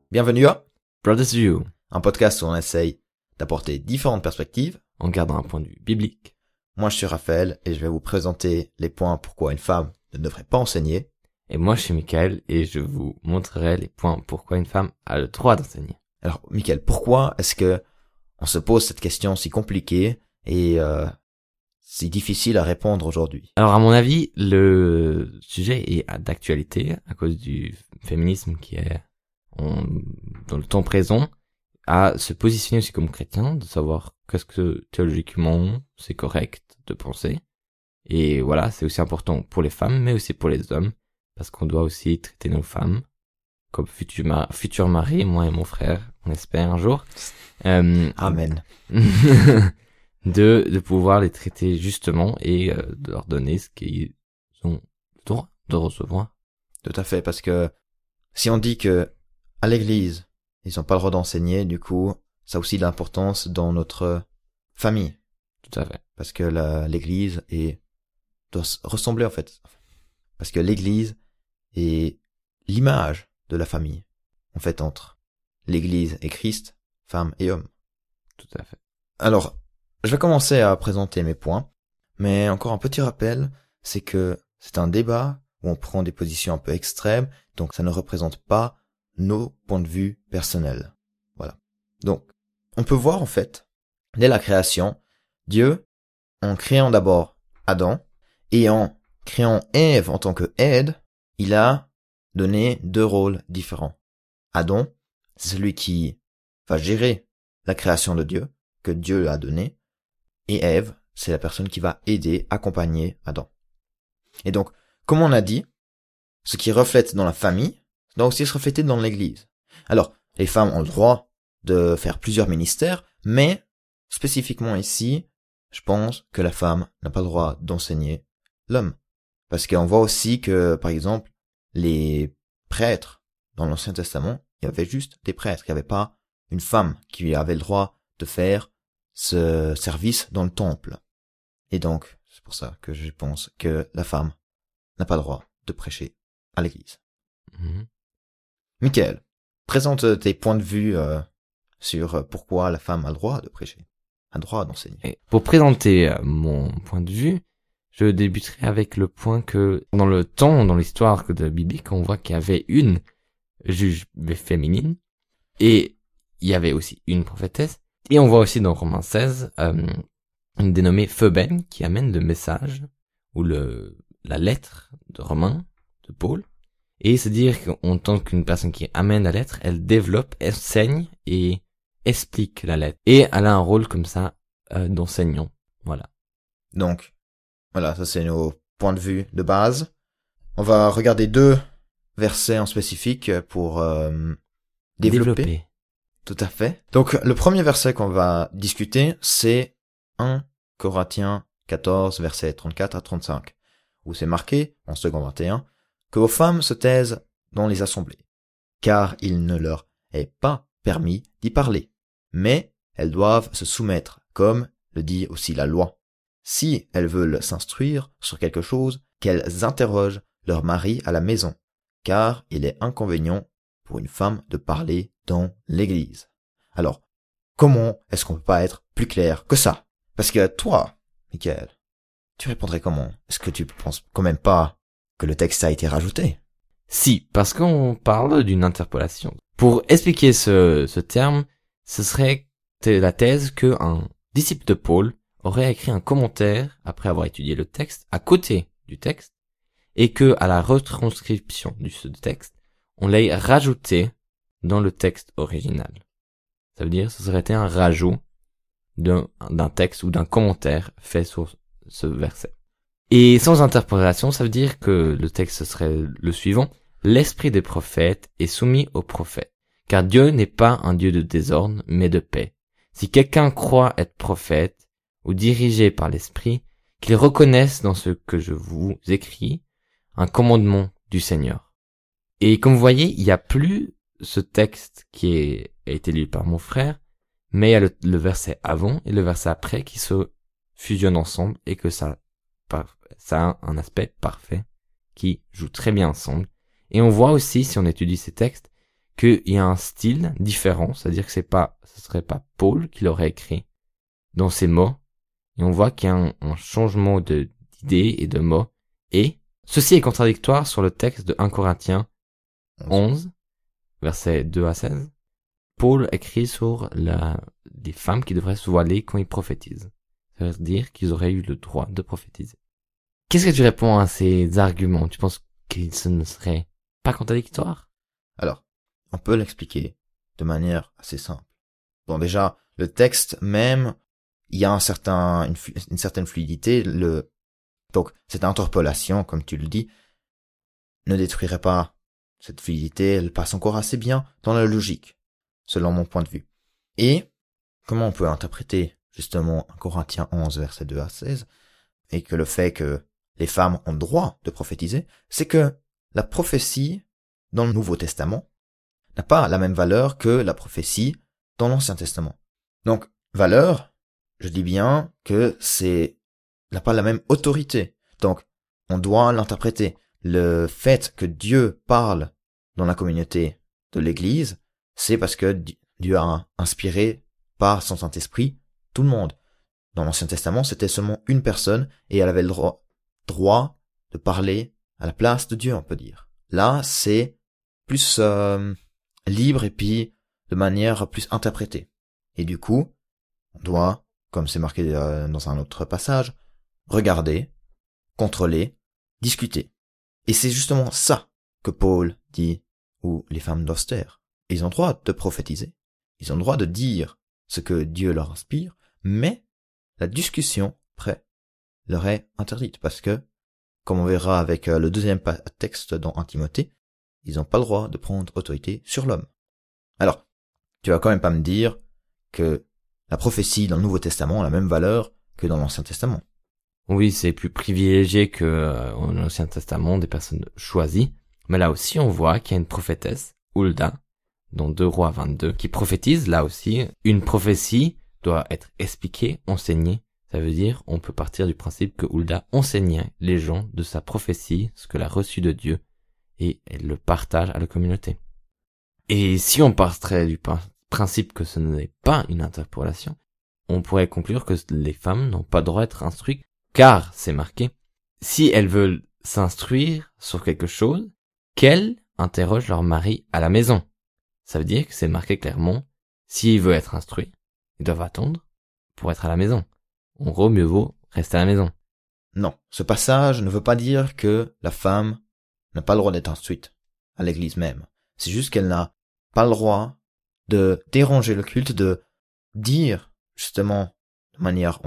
Bienvenue à Brothers View, un podcast où on essaye d'apporter différentes perspectives. en gardant un point de vue biblique. Moi je suis Raphaël et je vais vous présenter les points pourquoi une femme ne devrait pas enseigner. Et moi je suis Michael et je vous montrerai les points pourquoi une femme a le droit d'enseigner. Alors Michael, pourquoi est-ce que on se pose cette question si compliquée et si difficile à répondre aujourd'hui? Alors à mon avis, le sujet est d'actualité à cause du féminisme qui est dans le temps présent, à se positionner aussi comme chrétien, de savoir qu'est-ce que théologiquement c'est correct de penser. Et voilà, c'est aussi important pour les femmes, mais aussi pour les hommes, parce qu'on doit aussi traiter nos femmes comme futur mari, moi et mon frère, on espère un jour. Amen. de pouvoir les traiter justement et de leur donner ce qu'ils ont le droit de recevoir. Tout à fait, parce que si on dit que à l'église, ils n'ont pas le droit d'enseigner, du coup, ça a aussi de l'importance dans notre famille. Tout à fait. Parce que l'église doit ressembler en fait. Parce que l'église est l'image de la famille. En fait, entre l'église et Christ, femme et homme. Tout à fait. Alors, je vais commencer à présenter mes points. Mais encore un petit rappel, c'est que c'est un débat où on prend des positions un peu extrêmes, donc ça ne représente pas nos points de vue personnels. Voilà. Donc, on peut voir en fait, dès la création, Dieu, en créant d'abord Adam, et en créant Ève en tant que aide, il a donné deux rôles différents. Adam, c'est celui qui va gérer la création de Dieu, que Dieu a donné, et Ève, c'est la personne qui va aider, accompagner Adam. Et donc, comme on a dit, ce qui reflète dans la famille doit aussi se refléter dans l'église. Alors, les femmes ont le droit de faire plusieurs ministères, mais spécifiquement ici, je pense que la femme n'a pas le droit d'enseigner l'homme. Parce qu'on voit aussi que, par exemple, les prêtres dans l'Ancien Testament, il y avait juste des prêtres, il n'y avait pas une femme qui avait le droit de faire ce service dans le temple. Et donc, c'est pour ça que je pense que la femme n'a pas le droit de prêcher à l'église. Mm-hmm. Michael, présente tes points de vue sur pourquoi la femme a le droit de prêcher, a le droit d'enseigner. Et pour présenter mon point de vue, je débuterai avec le point que dans le temps, dans l'histoire de biblique, on voit qu'il y avait une juge féminine et il y avait aussi une prophétesse. Et on voit aussi dans Romains 16 une dénommée Phœbène qui amène le message ou la lettre de Romains, de Paul. Et c'est-à-dire qu'en tant qu'une personne qui amène la lettre, elle développe, enseigne et explique la lettre. Et elle a un rôle comme ça d'enseignant. Voilà. Donc, voilà, ça c'est nos points de vue de base. On va regarder deux versets en spécifique pour développer. Tout à fait. Donc, le premier verset qu'on va discuter, c'est 1 Corinthiens 14, versets 34 à 35, où c'est marqué, en second 21, que vos femmes se taisent dans les assemblées, car il ne leur est pas permis d'y parler, mais elles doivent se soumettre, comme le dit aussi la loi. Si elles veulent s'instruire sur quelque chose, qu'elles interrogent leur mari à la maison, car il est inconvénient pour une femme de parler dans l'église. Alors, comment est-ce qu'on peut pas être plus clair que ça? Parce que toi, Michael, tu répondrais comment? Est-ce que tu penses quand même pas que le texte a été rajouté? Si, parce qu'on parle d'une interpolation. Pour expliquer ce terme, ce serait la thèse qu'un disciple de Paul aurait écrit un commentaire après avoir étudié le texte à côté du texte et que à la retranscription de ce texte, on l'ait rajouté dans le texte original. Ça veut dire, ce serait été un rajout d'un texte ou d'un commentaire fait sur ce verset. Et sans interprétation, ça veut dire que le texte serait le suivant. L'esprit des prophètes est soumis aux prophètes, car Dieu n'est pas un Dieu de désordre, mais de paix. Si quelqu'un croit être prophète ou dirigé par l'esprit, qu'il reconnaisse dans ce que je vous écris un commandement du Seigneur. Et comme vous voyez, il n'y a plus ce texte qui a été lu par mon frère, mais il y a le verset avant et le verset après qui se fusionnent ensemble et que ça a un aspect parfait qui joue très bien ensemble. Et on voit aussi, si on étudie ces textes, qu'il y a un style différent, c'est-à-dire que ce serait pas Paul qui l'aurait écrit dans ses mots, et on voit qu'il y a un changement d'idées et de mots, et ceci est contradictoire sur le texte de 1 Corinthiens 11, versets 2 à 16. Paul écrit sur les femmes qui devraient se voiler quand ils prophétisent. Ça veut dire qu'ils auraient eu le droit de prophétiser. Qu'est-ce que tu réponds à ces arguments? Tu penses que ce ne serait pas contradictoire? Alors, on peut l'expliquer de manière assez simple. Bon, déjà, le texte même, il y a une certaine fluidité. Donc, cette interpolation, comme tu le dis, ne détruirait pas cette fluidité. Elle passe encore assez bien dans la logique, selon mon point de vue. Et comment on peut interpréter justement 1 Corinthiens 11, versets 2 à 16, et que le fait que les femmes ont droit de prophétiser, c'est que la prophétie dans le Nouveau Testament n'a pas la même valeur que la prophétie dans l'Ancien Testament. Donc, valeur, je dis bien que n'a pas la même autorité. Donc, on doit l'interpréter. Le fait que Dieu parle dans la communauté de l'Église, c'est parce que Dieu a inspiré par son Saint-Esprit tout le monde. Dans l'Ancien Testament, c'était seulement une personne et elle avait le droit de parler à la place de Dieu, on peut dire. Là, c'est plus libre et puis de manière plus interprétée. Et du coup, on doit, comme c'est marqué dans un autre passage, regarder, contrôler, discuter. Et c'est justement ça que Paul dit, ou les femmes doivent se taire. Ils ont le droit de prophétiser, ils ont le droit de dire ce que Dieu leur inspire, mais la discussion, leur est interdite, parce que, comme on verra avec le deuxième texte dans 1 Timothée, ils n'ont pas le droit de prendre autorité sur l'homme. Alors, tu vas quand même pas me dire que la prophétie dans le Nouveau Testament a la même valeur que dans l'Ancien Testament. Oui, c'est plus privilégié que dans l'Ancien Testament, des personnes choisies. Mais là aussi, on voit qu'il y a une prophétesse, Hulda, dans 2 Rois 22, qui prophétise. Là aussi, une prophétie doit être expliquée, enseignée. Ça veut dire, on peut partir du principe que Hulda enseignait les gens de sa prophétie, ce qu'elle a reçu de Dieu, et elle le partage à la communauté. Et si on partirait du principe que ce n'est pas une interpolation, on pourrait conclure que les femmes n'ont pas le droit d'être instruites, car c'est marqué, si elles veulent s'instruire sur quelque chose, qu'elles interrogent leur mari à la maison. Ça veut dire que c'est marqué clairement, s'il veut être instruit, ils doivent attendre pour être à la maison. En gros, mieux vaut rester à la maison. Non, ce passage ne veut pas dire que la femme n'a pas le droit d'être instruite à l'église même. C'est juste qu'elle n'a pas le droit de déranger le culte, de dire justement de manière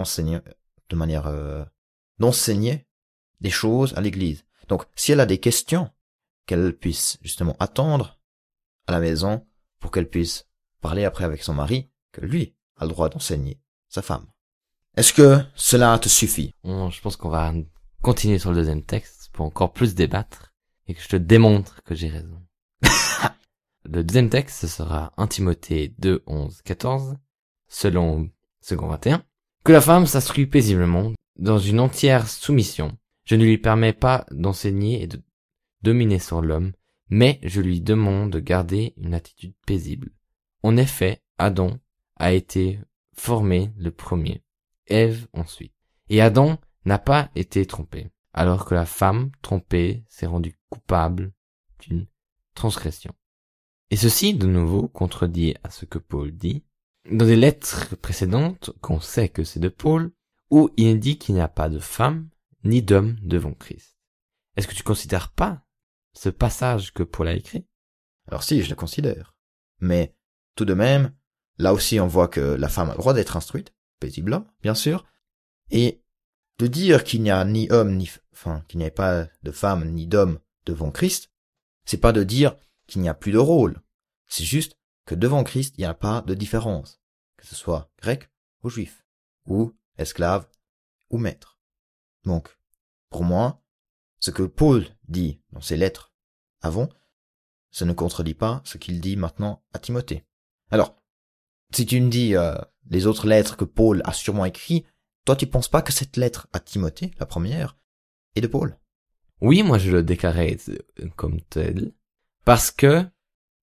d'enseigner des choses à l'église. Donc, si elle a des questions, qu'elle puisse justement attendre à la maison pour qu'elle puisse parler après avec son mari, que lui a le droit d'enseigner sa femme. Est-ce que cela te suffit? Je pense qu'on va continuer sur le deuxième texte pour encore plus débattre et que je te démontre que j'ai raison. Le deuxième texte, ce sera 1 Timothée 2, 11, 14, selon 2 21. Que la femme s'instruit paisiblement dans une entière soumission. Je ne lui permets pas d'enseigner et de dominer sur l'homme, mais je lui demande de garder une attitude paisible. En effet, Adam a été formé le premier, Ève ensuite. Et Adam n'a pas été trompé, alors que la femme trompée s'est rendue coupable d'une transgression. Et ceci, de nouveau, contredit à ce que Paul dit dans des lettres précédentes, qu'on sait que c'est de Paul, où il dit qu'il n'y a pas de femme ni d'homme devant Christ. Est-ce que tu considères pas ce passage que Paul a écrit? Alors si, je le considère. Mais tout de même, là aussi on voit que la femme a le droit d'être instruite, paisiblement, bien sûr, et de dire qu'il n'y a ni homme qu'il n'y a pas de femme ni d'homme devant Christ, c'est pas de dire qu'il n'y a plus de rôle. C'est juste que devant Christ, il n'y a pas de différence, que ce soit grec ou juif, ou esclave ou maître. Donc, pour moi, ce que Paul dit dans ses lettres avant, ça ne contredit pas ce qu'il dit maintenant à Timothée. Alors, si tu me dis les autres lettres que Paul a sûrement écrites, toi tu penses pas que cette lettre à Timothée, la première, est de Paul? Oui, moi je le déclarais comme tel, parce que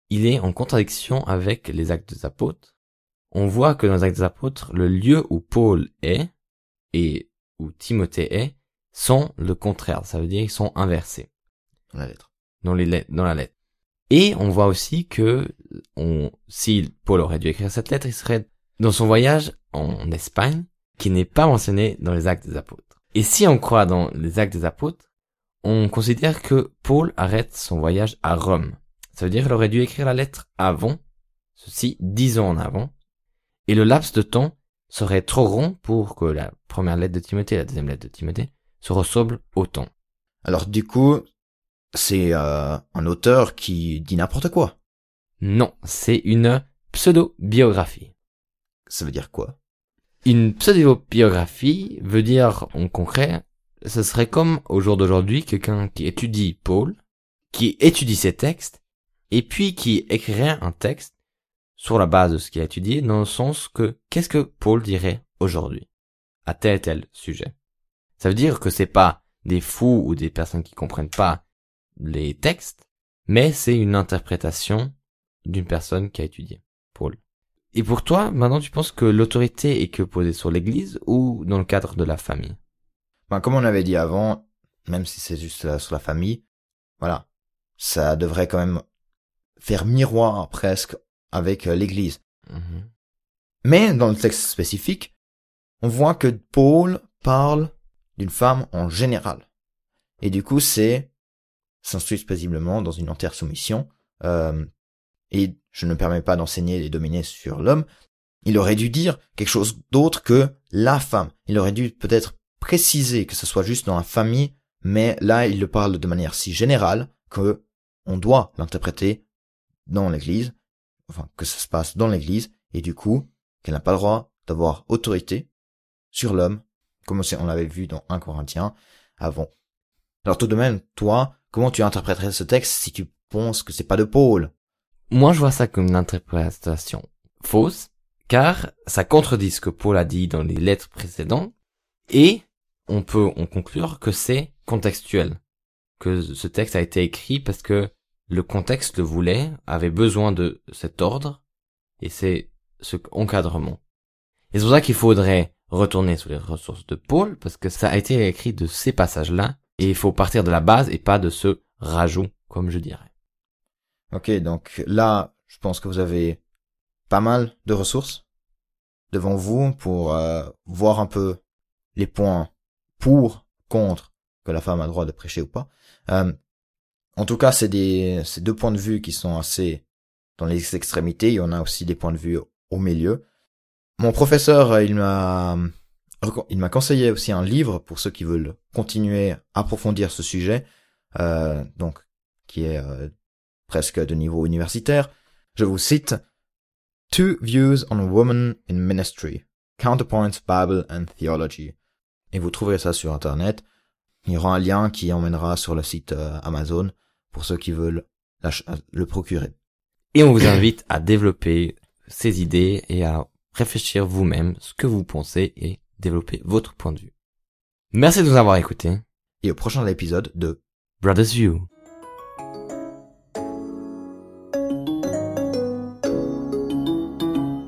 il est en contradiction avec les Actes des Apôtres. On voit que dans les Actes des Apôtres, le lieu où Paul est et où Timothée est sont le contraire. Ça veut dire qu'ils sont inversés. Dans la lettre. Dans la lettre. Et on voit aussi que si Paul aurait dû écrire cette lettre, il serait dans son voyage en Espagne, qui n'est pas mentionné dans les Actes des Apôtres. Et si on croit dans les Actes des Apôtres, on considère que Paul arrête son voyage à Rome. Ça veut dire qu'il aurait dû écrire la lettre avant, ceci 10 ans en avant, et le laps de temps serait trop rond pour que la première lettre de Timothée et la deuxième lettre de Timothée se ressemblent autant. Alors du coup, c'est un auteur qui dit n'importe quoi. Non, c'est une pseudo-biographie. Ça veut dire quoi? Une pseudo-biographie veut dire, en concret, ce serait comme au jour d'aujourd'hui quelqu'un qui étudie Paul, qui étudie ses textes, et puis qui écrirait un texte sur la base de ce qu'il a étudié, dans le sens que qu'est-ce que Paul dirait aujourd'hui à tel et tel sujet. Ça veut dire que c'est pas des fous ou des personnes qui comprennent pas les textes, mais c'est une interprétation d'une personne qui a étudié Paul. Et pour toi, maintenant tu penses que l'autorité est que posée sur l'Église ou dans le cadre de la famille? Comme on avait dit avant, même si c'est juste sur la famille, voilà, ça devrait quand même faire miroir presque avec l'Église. Mm-hmm. Mais dans le texte spécifique, on voit que Paul parle d'une femme en général. Et du coup, s'inscrit paisiblement dans une entière soumission. Et je ne me permets pas d'enseigner et dominer sur l'homme. Il aurait dû dire quelque chose d'autre que la femme. Il aurait dû peut-être préciser que ce soit juste dans la famille, mais là, il le parle de manière si générale que on doit l'interpréter dans l'Église, enfin que ça se passe dans l'Église, et du coup, qu'elle n'a pas le droit d'avoir autorité sur l'homme, comme on l'avait vu dans 1 Corinthiens avant. Alors tout de même, toi, comment tu interpréterais ce texte si tu penses que c'est pas de Paul? Moi, je vois ça comme une interprétation fausse, car ça contredit ce que Paul a dit dans les lettres précédentes, et on peut en conclure que c'est contextuel, que ce texte a été écrit parce que le contexte le voulait, avait besoin de cet ordre, et c'est ce encadrement. Et c'est pour ça qu'il faudrait retourner sur les ressources de Paul, parce que ça a été écrit de ces passages-là, et il faut partir de la base et pas de ce rajout, comme je dirais. Ok, donc là, je pense que vous avez pas mal de ressources devant vous pour voir un peu les points pour, contre, que la femme a le droit de prêcher ou pas. En tout cas, c'est 2 points de vue qui sont assez dans les extrémités. Il y en a aussi des points de vue au milieu. Mon professeur, il m'a conseillé aussi un livre pour ceux qui veulent continuer à approfondir ce sujet, donc qui est presque de niveau universitaire. Je vous cite: Two Views on Women in Ministry, Counterpoints, Bible and Theology. Et vous trouverez ça sur Internet. Il y aura un lien qui emmènera sur le site Amazon pour ceux qui veulent le procurer. Et on vous invite à développer ces idées et à réfléchir vous-même ce que vous pensez et développer votre point de vue. Merci de nous avoir écoutés. Et au prochain épisode de Brothers View.